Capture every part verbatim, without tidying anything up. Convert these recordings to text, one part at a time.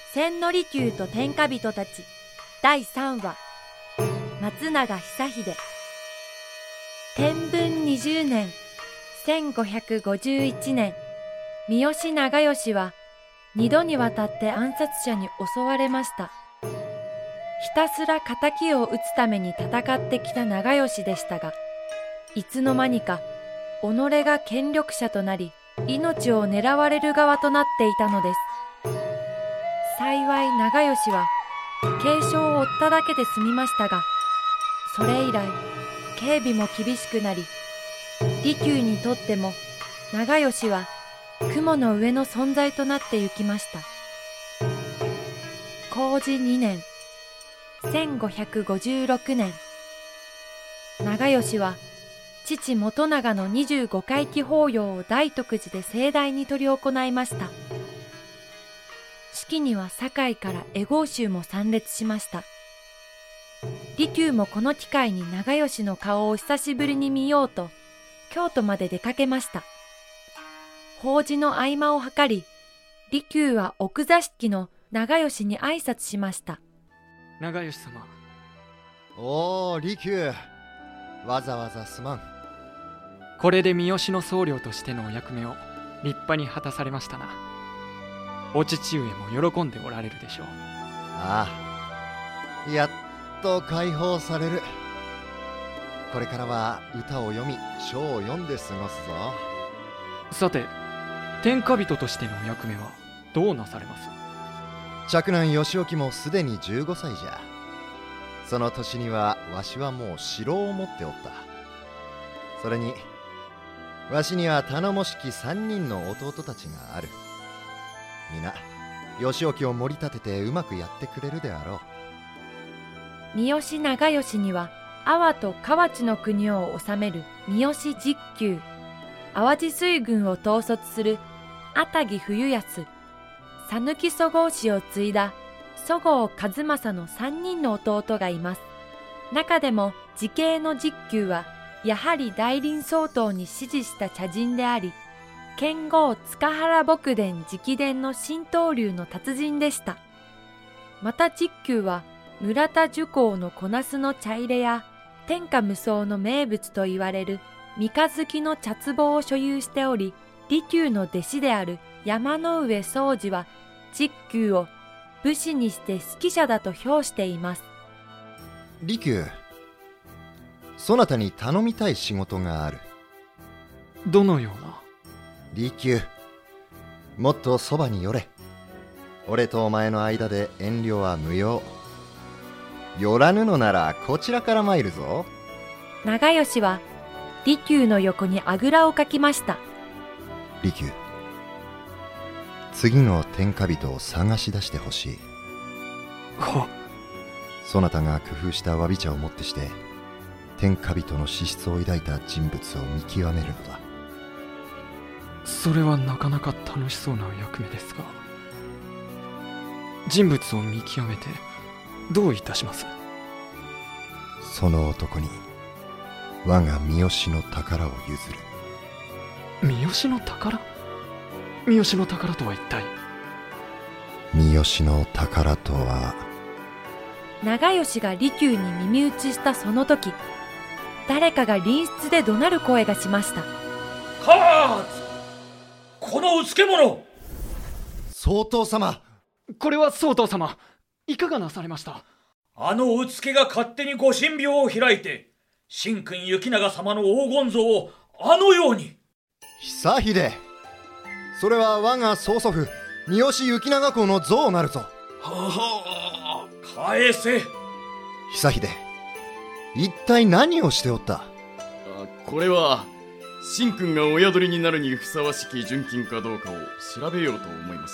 千利休と天下人たちだいさんわ松永久秀。天文にじゅうねんせんごひゃくごじゅういちねん、三好長慶は二度にわたって暗殺者に襲われました。ひたすら仇を討つために戦ってきた長慶でしたが、いつの間にか己が権力者となり命を狙われる側となっていたのです。幸い長慶は軽傷を負っただけで済みましたが、それ以来警備も厳しくなり、利休にとっても長慶は雲の上の存在となってゆきました。弘治にねんせんごひゃくごじゅうろくねん、長慶は父元長のにじゅうごかい忌法要を大徳寺で盛大に執り行いました。式には堺から会合衆も参列しました。利休もこの機会に長慶の顔を久しぶりに見ようと京都まで出かけました。法事の合間を図り、利休は奥座敷の長慶に挨拶しました。 長慶様。 おー、利休、わざわざすまん。 これで三好の僧侶としてのお役目を立派に果たされましたな。お父上も喜んでおられるでしょう。 ああ、やっと解放される。これからは歌を読み、書を読んで過ごすぞ。 さて、天下人としてのお役目はどうなされます？ 嫡男義興もすでにじゅうごさいじゃ。その年にはわしはもう城を持っておった。それにわしには頼もしき三人の弟たちがある。皆義興を盛り立ててうまくやってくれるであろう。三好長慶には阿波と河内の国を治める三好実久、淡路水軍を統率する熱木冬康、讃岐そごう氏を継いだ十河一正の三人の弟がいます。中でも次系の実久はやはり大林総統に師事した茶人であり、剣豪塚原牧伝直伝の神道流の達人でした。また実久は村田寿光の小ナスの茶入れや天下無双の名物といわれる三日月の茶壺を所有しており、利休の弟子である山上宗次は実久を武士にして指揮者だと評しています。 利休、そなたに頼みたい仕事がある。 どのような？ 利休、もっとそばに寄れ。俺とお前の間で遠慮は無用。寄らぬのならこちらから参るぞ。 長慶は利休の横にあぐらをかきました。 利休、次の天下人を探し出してほしい。 はそなたが工夫したわび茶をもってして天下人の資質を抱いた人物を見極めるのだ。 それはなかなか楽しそうな役目ですが、人物を見極めてどういたします？ その男に我が三好の宝を譲る。 三好の宝？三好の宝とは一体？ 三好の宝とは。 長慶が利休に耳打ちしたその時、誰かが隣室で怒鳴る声がしました。 カーツ！このうつけ者！ 総統様！ これは総統様、いかがなされました？ あのうつけが勝手にご神廟を開いて神君行長様の黄金像をあのように。 久秀、それは我が曽祖父三好行長公の像なるぞ。 ははー、返せ。 久秀、一体何をしておった？ あ、これは神君がお宿りになるにふさわしき純金かどうかを調べようと思いまして。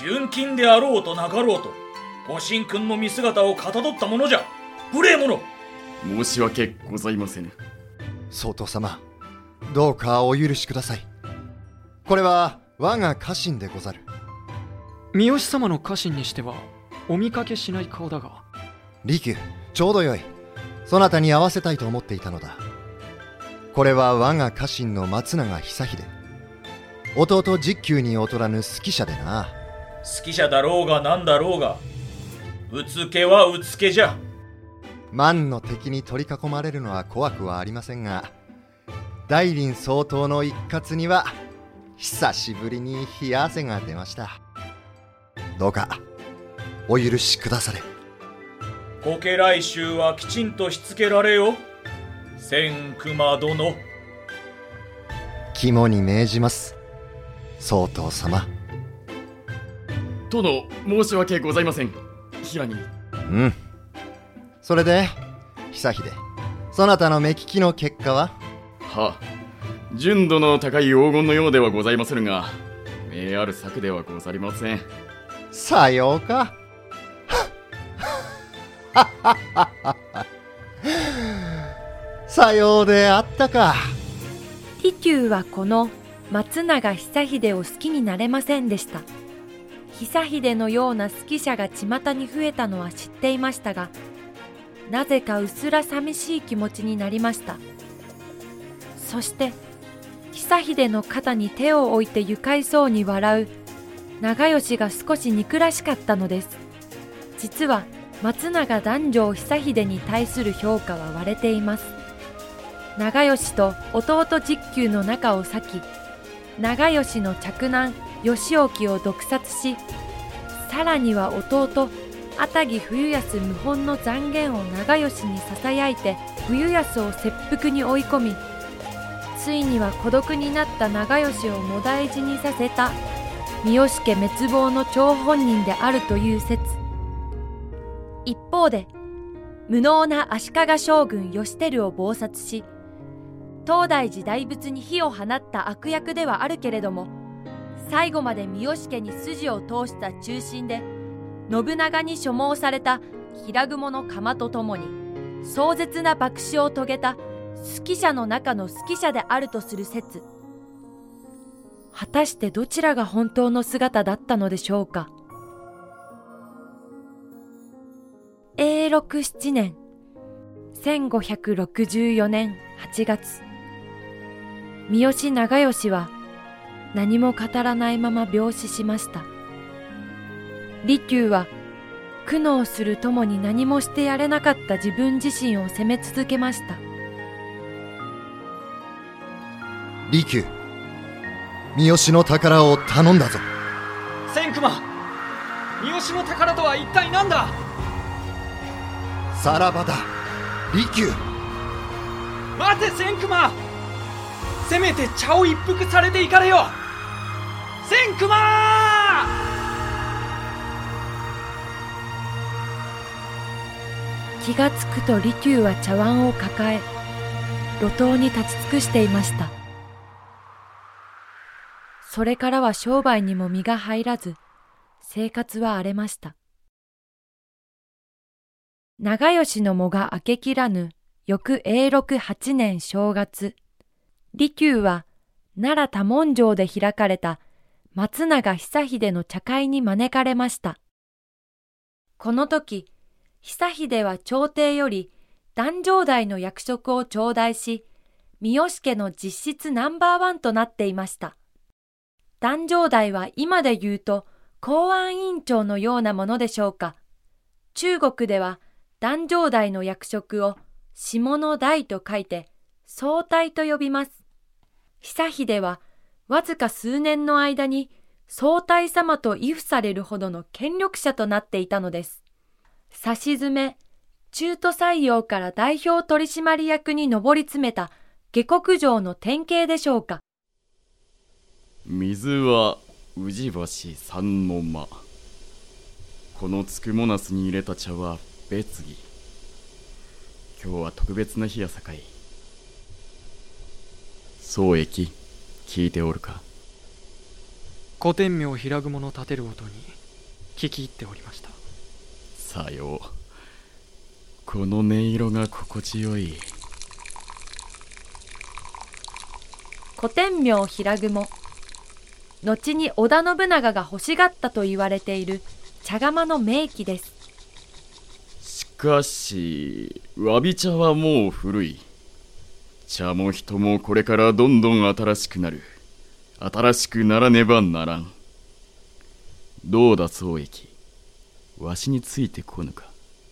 純金であろうとなかろうとご神君の見姿をかたどったものじゃ。無礼者。 申し訳ございません。 総統様、どうかお許しください。これは我が家臣でござる。 三好様の家臣にしてはお見かけしない顔だが。 利休、ちょうどよい。そなたに会わせたいと思っていたのだ。これは我が家臣の松永久秀、弟実久に劣らぬ指揮者でな。 好き者だろうがなんだろうが、うつけはうつけじゃ。 万の敵に取り囲まれるのは怖くはありませんが、大林総統の一括には久しぶりに冷や汗が出ました。どうかお許しくだされ。 御家来衆はきちんとしつけられよ、千熊殿。 肝に銘じます、総統様。 殿、申し訳ございません。平に。 うん。それで久秀、そなたの目利きの結果は？ は、純度の高い黄金のようではございませんが、名ある策ではござりません。 さようか。さようであったか。 利休はこの松永久秀を好きになれませんでした。久秀のような好き者が巷に増えたのは知っていましたが、なぜかうすら寂しい気持ちになりました。そして久秀の肩に手を置いて愉快そうに笑う長吉が少し憎らしかったのです。実は松永弾正久秀に対する評価は割れています。長吉と弟実久の仲を裂き、長吉の嫡男義興を毒殺し、さらには弟熱木冬康謀反の讒言を長吉にささやいて冬康を切腹に追い込み、ついには孤独になった長吉を菩提寺にさせた三好家滅亡の張本人であるという説。一方で無能な足利将軍義輝を謀殺し、東大寺大仏に火を放った悪役ではあるけれども、最後まで三好家に筋を通した忠臣で、信長に所望された平雲の釜とともに壮絶な爆死を遂げた好き者の中の好き者であるとする説。果たしてどちらが本当の姿だったのでしょうか。永禄ななねんせんごひゃくろくじゅうよねんはちがつ、三好長慶は何も語らないまま病死しました。利休は苦悩するともに何もしてやれなかった自分自身を責め続けました。 利休、三好の宝を頼んだぞ。 千熊、三好の宝とは一体何だ？ さらばだ、利休。 待て千熊、せめて茶を一服されていかれよ。千熊！ 気がつくと利休は茶碗を抱え、路頭に立ち尽くしていました。それからは商売にも身が入らず、生活は荒れました。長慶の喪が明けきらぬ翌永禄はちねん正月、利休は奈良多聞城で開かれた松永久秀の茶会に招かれました。この時、久秀は朝廷より壇上代の役職を頂戴し、三好家の実質ナンバーワンとなっていました。壇上代は今で言うと公安委員長のようなものでしょうか。中国では壇上代の役職を下の代と書いて総代と呼びます。久秀はわずか数年の間に総代様と畏怖されるほどの権力者となっていたのです。さしずめ、中途採用から代表取締役に上り詰めた下克上の典型でしょうか。 水は宇治橋三の間。このつくもなすに入れた茶は別儀。今日は特別な日やさかい。宗益、聞いておるか。 古典名平雲の立てる音に聞き入っておりました。 さよう。この音色が心地よい。 古典名平雲、後に織田信長が欲しがったと言われている茶釜の名器です。 しかしわび茶はもう古い。茶も人もこれからどんどん新しくなる。新しくならねばならん。 どうだ宗益、わしについてこぬか。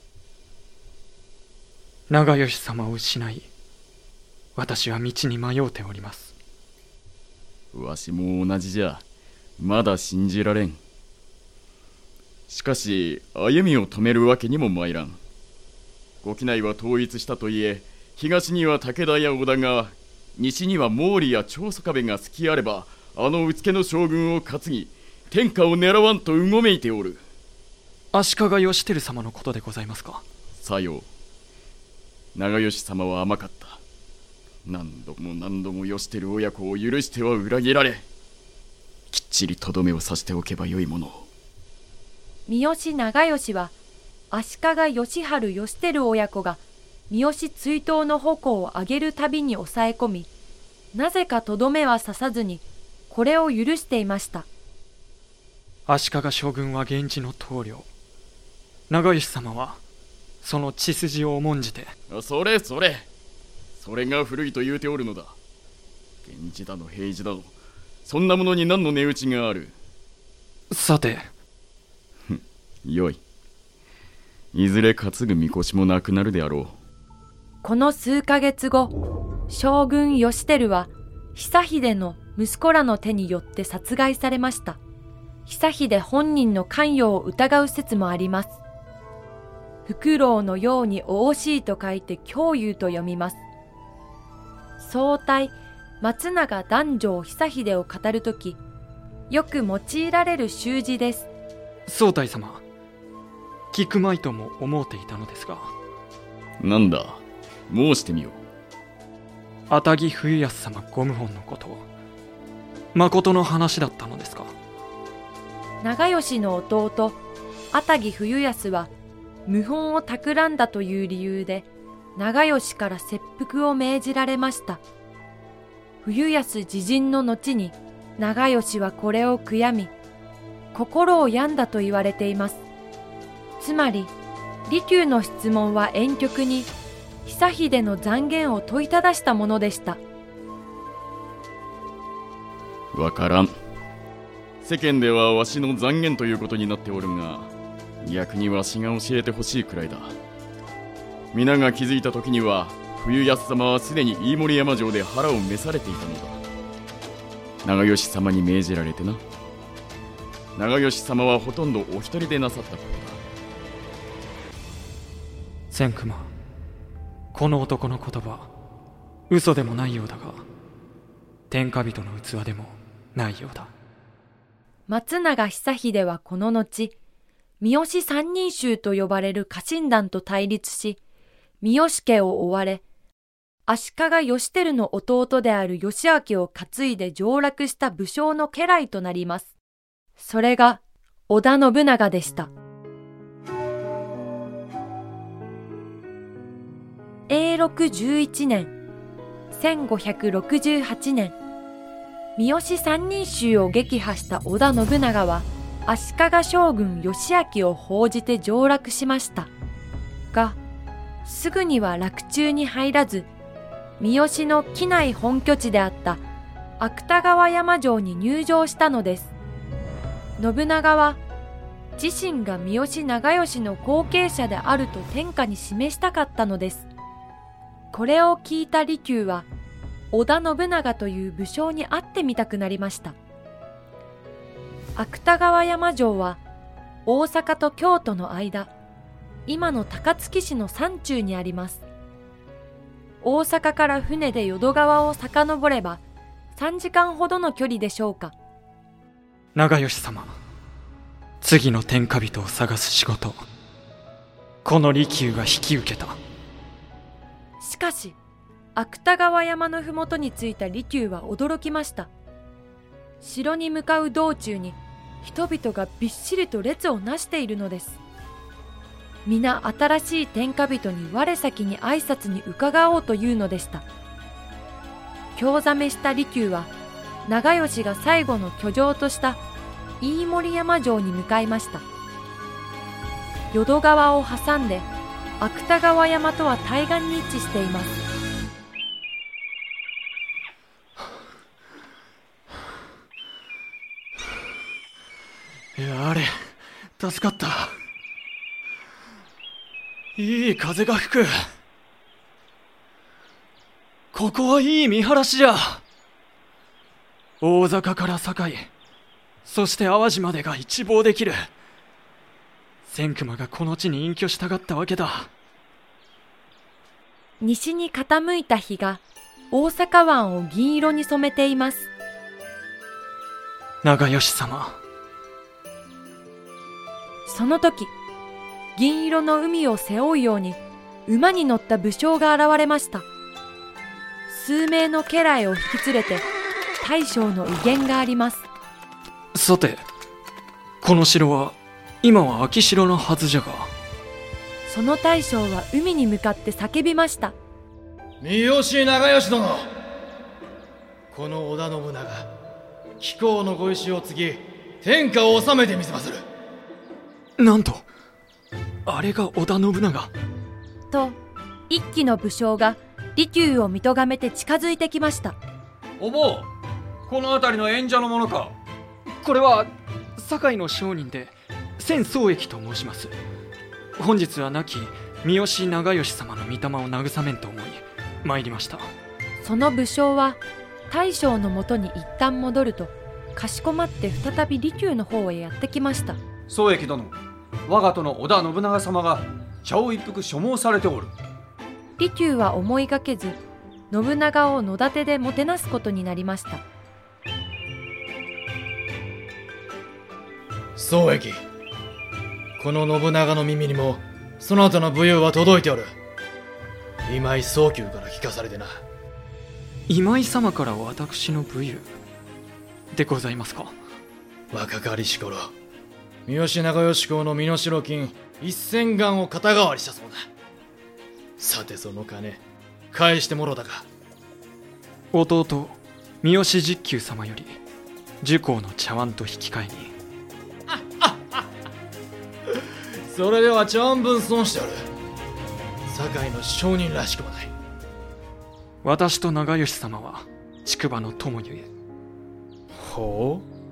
長吉様を失い、私は道に迷うております。 わしも同じじゃ。まだ信じられん。しかし歩みを止めるわけにも参らん。ご畿内は統一したといえ、東には武田や織田が、西には毛利や長宗我部が隙あれば、あのうつけの将軍を担ぎ、天下を狙わんとうごめいておる。 足利義輝様のことでございますか。 さよう。長吉様は甘かった。何度も何度も義輝親子を許しては裏切られ、きっちりとどめを刺しておけばよいものを。 三好長慶は足利義晴義輝親子が三好追討の矛を上げるたびに抑え込み、なぜかとどめは刺さずにこれを許していました。 足利将軍は源氏の棟梁、長吉様はその血筋を重んじて。 それそれそれが古いと言うておるのだ。源氏だの平治だの、そんなものに何の値打ちがある。 さてよい。いずれ担ぐみこしもなくなるであろう。 この数ヶ月後、将軍義輝は久秀の息子らの手によって殺害されました。久秀本人の関与を疑う説もあります。フクロウのようにおおしいと書いて狂遊と読みます。総体松永弾正久秀を語るとき、よく用いられる習字です。 宗太様、聞くまいとも思うていたのですが。 なんだ、申してみよう。 熱木冬康様ご謀反のことを、まことの話だったのですか。 長慶の弟熱木冬康は謀反を企んだという理由で長慶から切腹を命じられました。冬康自尽の後に長慶はこれを悔やみ、心を病んだと言われています。つまり利休の質問は婉曲に久秀の讒言を問いただしたものでした。 わからん。世間ではわしの讒言ということになっておるが、逆にわしが教えてほしいくらいだ。皆が気づいた時には冬康様はすでに飯盛山城で腹を召されていたのだ。長吉様に命じられてな。長吉様はほとんどお一人でなさったことだ。 千曲、この男の言葉、嘘でもないようだが、天下人の器でもないようだ。 松永久秀はこの後、三好三人衆と呼ばれる家臣団と対立し、三好家を追われ、足利義輝の弟である義明を担いで上洛した武将の家来となります。それが織田信長でした。永禄じゅういちねん、せんごひゃくろくじゅうはちねん、三好三人衆を撃破した織田信長は、足利将軍義明を奉じて上洛しました。が、すぐには洛中に入らず、三好の畿内本拠地であった芥川山城に入城したのです。信長は、自身が三好長慶の後継者であると天下に示したかったのです。これを聞いた利休は、織田信長という武将に会ってみたくなりました。芥川山城は大阪と京都の間、今の高槻市の山中にあります。大阪から船で淀川を遡ればさんじかんほどの距離でしょうか。 長吉様、次の天下人を探す仕事、この利休が引き受けた。 しかし芥川山のふもとに着いた利休は驚きました。城に向かう道中に人々がびっしりと列をなしているのです。皆新しい天下人に我先に挨拶に伺おうというのでした。興ざめした利休は長慶が最後の居城とした飯盛山城に向かいました。淀川を挟んで芥川山とは対岸に位置しています。 やれ、助かった。いい風が吹く。ここはいい見晴らしじゃ。大坂から堺、そして淡路までが一望できる。千曲がこの地に隠居したがったわけだ。 西に傾いた日が大阪湾を銀色に染めています。 長吉様。 その時、銀色の海を背負うように馬に乗った武将が現れました。数名の家来を引き連れて大将の威厳があります。 さて、この城は今は秋城のはずじゃが。 その大将は海に向かって叫びました。 三好長吉殿、この織田信長、貴公のご意志を継ぎ天下を治めてみせまする。 なんと、あれが織田信長と、一騎の武将が利休を見とがめて近づいてきました。 お坊、この辺りの演者のものか。 これは堺の商人で千宗益と申します。本日は亡き三好長吉様の御霊を慰めんと思い参りました。 その武将は大将のもとに一旦戻ると、かしこまって再び利休の方へやってきました。 宗益殿、我が殿織田信長様が茶を一服所望されておる。 利休は思いがけず、信長を野立てでもてなすことになりました。 宗益、この信長の耳にもそなたの武勇は届いておる。今井宗久から聞かされてな。 今井様から私の武勇でございますか。 若かりし頃、三好長吉公の身代金一千貫を肩代わりしたそうだ。さてその金返してもろたか。 弟三好実久様より寿光の茶碗と引き換えに。 それでは長分損しておる。堺の商人らしくもない。 私と長吉様は竹馬の友ゆえ。 ほう。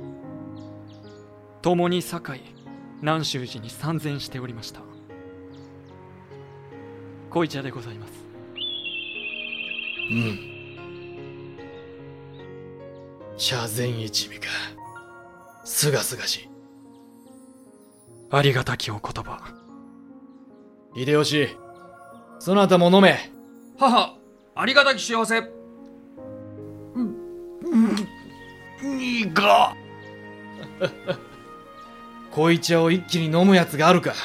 共に堺南州寺に参禅しておりました。濃茶でございます。 うん。茶禅一味か。すがすがしい。 ありがたきお言葉。 秀吉、そなたも飲め。 母、ありがたき幸せ。 いいか。濃茶を一気に飲むやつがあるか。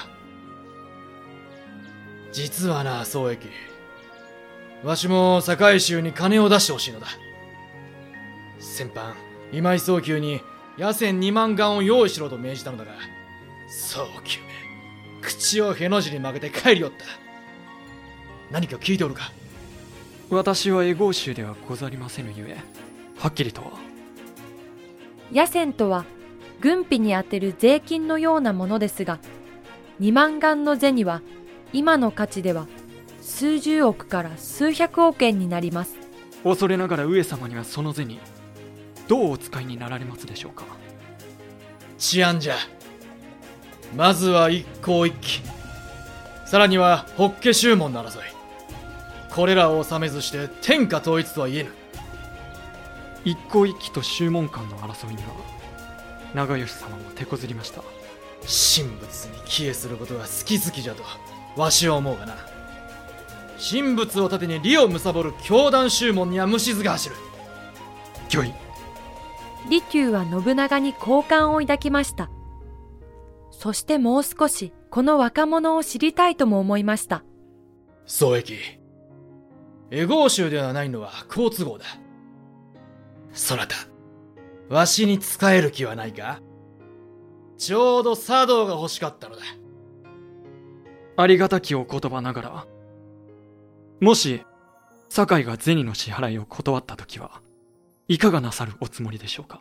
実はな、宗益、わしも堺州に金を出してほしいのだ。先般、今井宗久に野戦二万貫を用意しろと命じたのだが、宗久め、口をへの字に曲げて帰りよった。何か聞いておるか。 私は会合衆ではござりませぬゆえ、はっきりとは。 野戦とは軍費に充てる税金のようなものですが、二万貫の銭は今の価値では数十億から数百億円になります。 恐れながら上様にはその銭どうお使いになられますでしょうか。 治安じゃ。まずは一向一揆、さらには法華宗門の争い、これらを収めずして天下統一とは言えぬ。 一向一揆と宗門間の争いには長吉様も手こずりました。 神仏に帰依することが好き好きじゃとわしは思うがな。神仏を盾に利を貪る教団宗門には虫唾が走る。 御意。 利休は信長に好感を抱きました。そしてもう少しこの若者を知りたいとも思いました。 宗益、会合衆ではないのは好都合だ。そなた、わしに仕える気はないか。ちょうど茶道が欲しかったのだ。 ありがたきお言葉ながら、もし堺が銭の支払いを断ったときはいかがなさるおつもりでしょうか。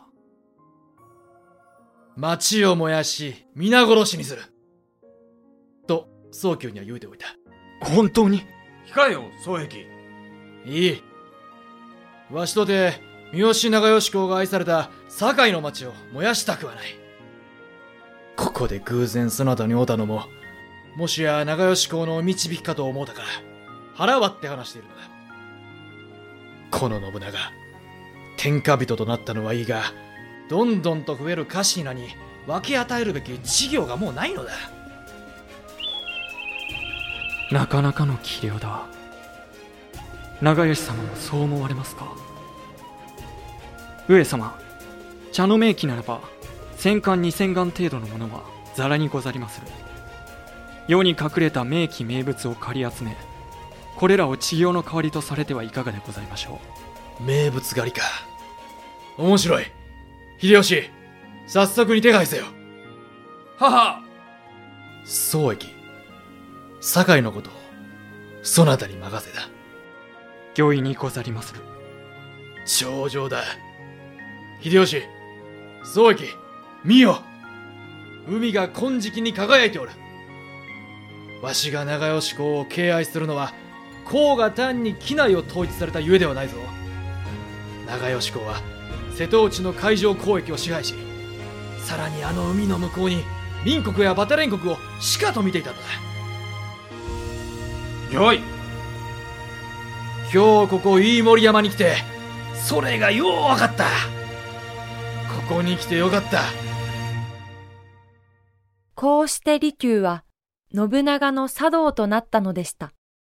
町を燃やし皆殺しにすると宗久には言うておいた。 本当に。 控えよ、宗益。 いい。わしとて三好長吉公が愛された堺の町を燃やしたくはない。 こで偶然そなたに会うたのも、もしや長吉公の導きかと思うたから腹割って話しているのだ。この信長、天下人となったのはいいが、どんどんと増える家臣らに分け与えるべき事業がもうないのだ。 なかなかの器量だ。長吉様もそう思われますか？上様、茶の名器ならば千貫二千貫程度のものはざらにござりまする。世に隠れた名器名物を借り集め、これらを治療の代わりとされてはいかがでございましょう。名物狩りか。面白い。秀吉、早速に手配せよ。 はは。 宗益、堺のことをそなたに任せた。 御意にござりまする。 上々だ。秀吉、宗益、見よ。海が金色に輝いておる。わしが長吉公を敬愛するのは、公が単に畿内を統一されたゆえではないぞ。長吉公は瀬戸内の海上交易を支配し、さらにあの海の向こうに隣国やバタレン国をしかと見ていたのだ。 よい。 今日ここ飯盛山に来て、それがよう分かった。ここに来てよかった。 こうして利休は信長の茶道となったのでした。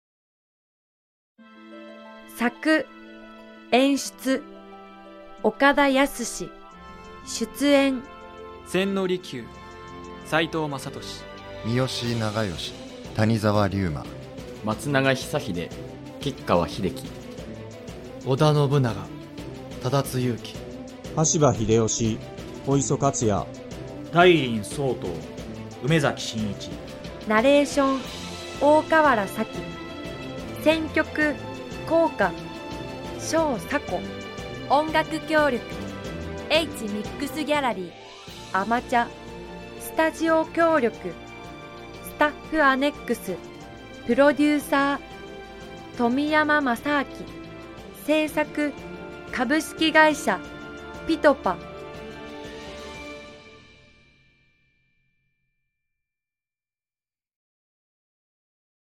作、演出、岡田康、出演、 千利休、斎藤正俊、 三好長慶、谷沢龍馬、 松永久秀、吉川秀樹、 織田信長、忠津勇樹、 羽柴秀吉、小磯克也、 大林宗東、梅崎真一。 ナレーション、大河原咲、選曲、効果、小佐子、音楽協力、H ミックスギャラリー、アマチャ、スタジオ協力、スタッフアネックス、プロデューサー、富山正明、制作、株式会社、ピトパ、